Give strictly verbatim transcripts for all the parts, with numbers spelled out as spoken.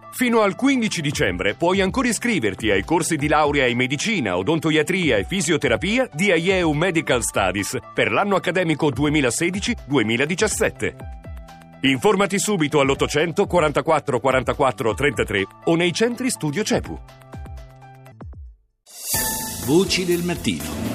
Fino al quindici dicembre puoi ancora iscriverti ai corsi di laurea in medicina, odontoiatria e fisioterapia di Aieu Medical Studies per l'anno accademico duemilasedici duemiladiciassette. Informati subito all'ottocento quarantaquattro quarantaquattro trentatré o nei centri studio CEPU. Voci del mattino.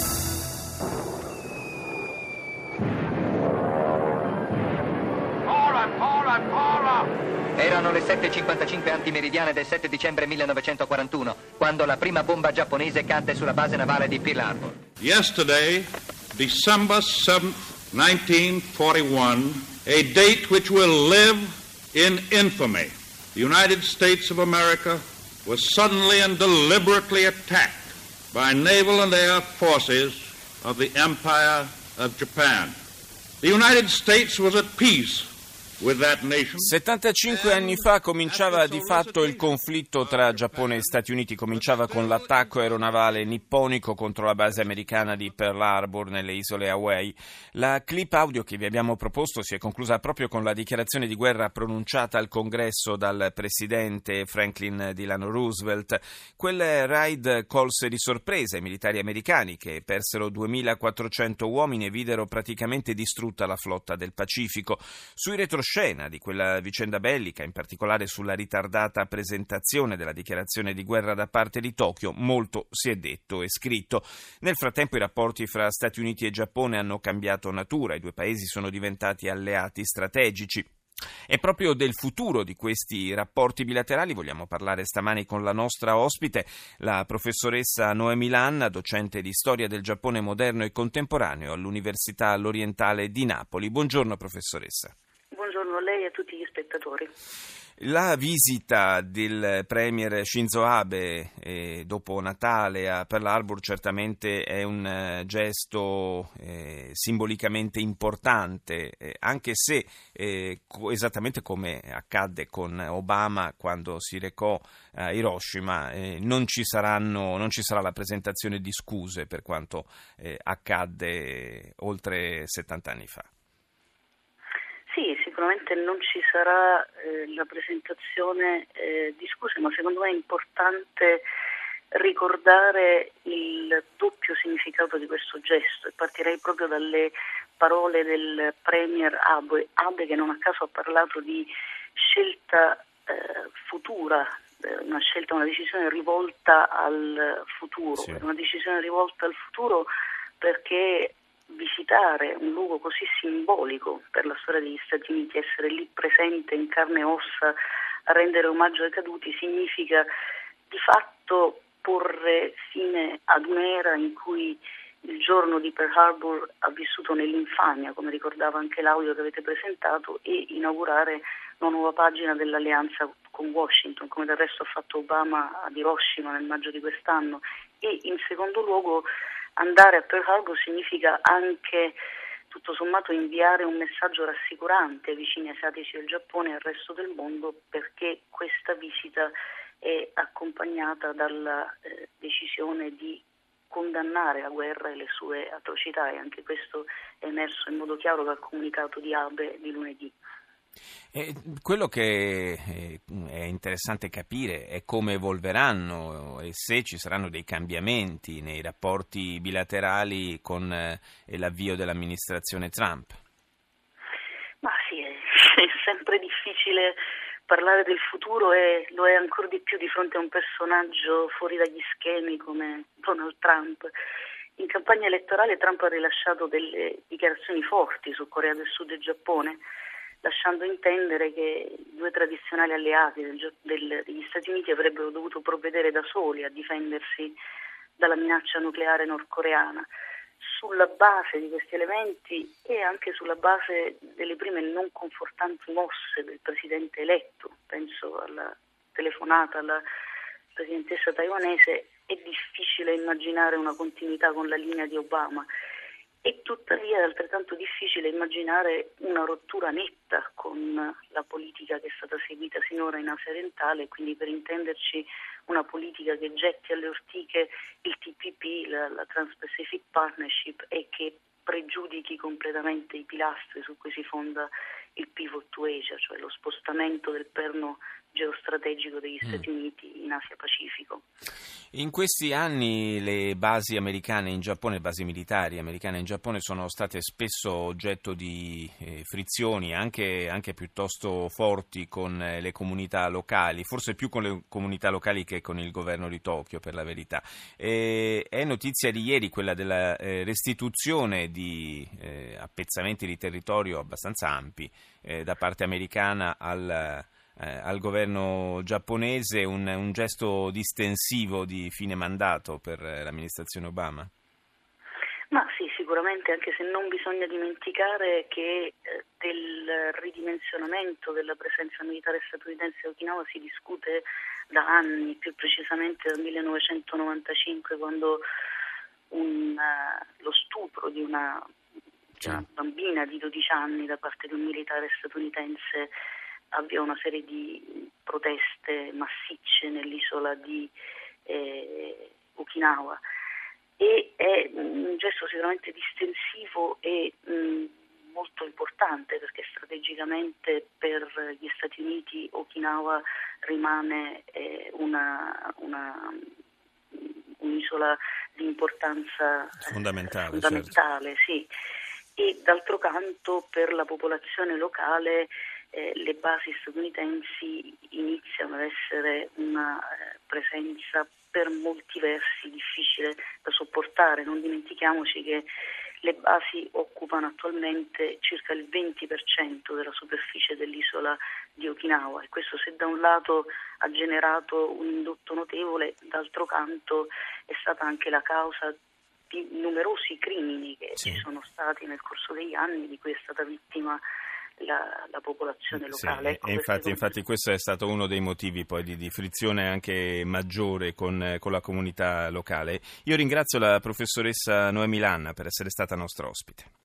Erano le sette e cinquantacinque antimeridiane del sette dicembre millenovecentoquarantuno, quando la prima bomba giapponese cadde sulla base navale di Pearl Harbor. Yesterday, December seventh, nineteen forty-one, a date which will live in infamy. The United States of America was suddenly and deliberately attacked by naval and air forces of the Empire of Japan. The United States was at peace with that nation. settantacinque anni fa cominciava di fatto il conflitto tra Giappone e Stati Uniti, cominciava con l'attacco aeronavale nipponico contro la base americana di Pearl Harbor nelle isole Hawaii. La clip audio che vi abbiamo proposto si è conclusa proprio con la dichiarazione di guerra pronunciata al Congresso dal presidente Franklin Delano Roosevelt. Quel raid colse di sorpresa i militari americani, che persero duemilaquattrocento uomini e videro praticamente distrutta la flotta del Pacifico. Sui retroscena di quella vicenda bellica, in particolare sulla ritardata presentazione della dichiarazione di guerra da parte di Tokyo, molto si è detto e scritto. Nel frattempo i rapporti fra Stati Uniti e Giappone hanno cambiato natura, i due paesi sono diventati alleati strategici. E proprio del futuro di questi rapporti bilaterali vogliamo parlare stamani con la nostra ospite, la professoressa Noemi Lanna, docente di storia del Giappone moderno e contemporaneo all'Università L'Orientale di Napoli. Buongiorno professoressa. Buongiorno a lei e a tutti gli spettatori. La visita del premier Shinzo Abe eh, dopo Natale a Pearl Harbor certamente è un eh, gesto eh, simbolicamente importante, eh, anche se eh, co- esattamente come accadde con Obama quando si recò a Hiroshima, eh, non ci saranno, non ci sarà la presentazione di scuse per quanto eh, accadde oltre settanta anni fa. Sì, sicuramente non ci sarà eh, la presentazione eh, di scuse, ma secondo me è importante ricordare il doppio significato di questo gesto e partirei proprio dalle parole del premier Abe, Abe che non a caso ha parlato di scelta eh, futura, eh, una scelta, una decisione rivolta al futuro, sì. Una decisione rivolta al futuro perché visitare un luogo così simbolico per la storia degli Stati Uniti, essere lì presente in carne e ossa a rendere omaggio ai caduti, significa di fatto porre fine ad un'era in cui il giorno di Pearl Harbor ha vissuto nell'infamia, come ricordava anche l'audio che avete presentato, e inaugurare una nuova pagina dell'alleanza con Washington, come del resto ha fatto Obama ad Hiroshima nel maggio di quest'anno. E in secondo luogo andare a Pearl Harbor significa anche, tutto sommato, inviare un messaggio rassicurante ai vicini asiatici del Giappone e al resto del mondo, perché questa visita è accompagnata dalla eh, decisione di condannare la guerra e le sue atrocità, e anche questo è emerso in modo chiaro dal comunicato di Abe di lunedì. E quello che è interessante capire è come evolveranno e se ci saranno dei cambiamenti nei rapporti bilaterali con l'avvio dell'amministrazione Trump. Ma sì, è, è sempre difficile parlare del futuro e lo è ancora di più di fronte a un personaggio fuori dagli schemi come Donald Trump. In campagna elettorale Trump ha rilasciato delle dichiarazioni forti su Corea del Sud e Giappone, lasciando intendere che i due tradizionali alleati del, del, degli Stati Uniti avrebbero dovuto provvedere da soli a difendersi dalla minaccia nucleare nordcoreana. Sulla base di questi elementi e anche sulla base delle prime non confortanti mosse del presidente eletto, penso alla telefonata alla presidentessa taiwanese, è difficile immaginare una continuità con la linea di Obama. E tuttavia è altrettanto difficile immaginare una rottura netta con la politica che è stata seguita sinora in Asia orientale, quindi per intenderci una politica che getti alle ortiche il T P P, la, la Trans-Pacific Partnership, e che pregiudichi completamente i pilastri su cui si fonda il Pivot to Asia, cioè lo spostamento del perno geostrategico degli Mm. Stati Uniti in Asia Pacifico. In questi anni le basi americane in Giappone, le basi militari americane in Giappone sono state spesso oggetto di eh, frizioni anche, anche piuttosto forti con eh, le comunità locali, forse più con le comunità locali che con il governo di Tokyo, per la verità. E, è notizia di ieri quella della eh, restituzione di eh, appezzamenti di territorio abbastanza ampi eh, da parte americana al Eh, al governo giapponese, un, un gesto distensivo di fine mandato per eh, l'amministrazione Obama? Ma sì, sicuramente, anche se non bisogna dimenticare che eh, del ridimensionamento della presenza militare statunitense a Okinawa si discute da anni, più precisamente dal millenovecentonovantacinque, quando un, uh, lo stupro di una, di una bambina di dodici anni da parte di un militare statunitense avvia una serie di proteste massicce nell'isola di eh, Okinawa, e è un gesto sicuramente distensivo e mh, molto importante, perché strategicamente per gli Stati Uniti Okinawa rimane eh, una, una, un'isola di importanza fondamentale, eh, fondamentale, certo. Sì. E d'altro canto per la popolazione locale Eh, le basi statunitensi iniziano ad essere una eh, presenza per molti versi difficile da sopportare. Non dimentichiamoci che le basi occupano attualmente circa il venti per cento della superficie dell'isola di Okinawa, e questo, se da un lato ha generato un indotto notevole, d'altro canto è stata anche la causa di numerosi crimini che sì. ci sono stati nel corso degli anni, di cui è stata vittima La, la popolazione locale. Sì, ecco, e infatti, infatti questo è stato uno dei motivi poi di, di frizione anche maggiore con, con la comunità locale. Io ringrazio la professoressa Noemi Lanna per essere stata nostra ospite.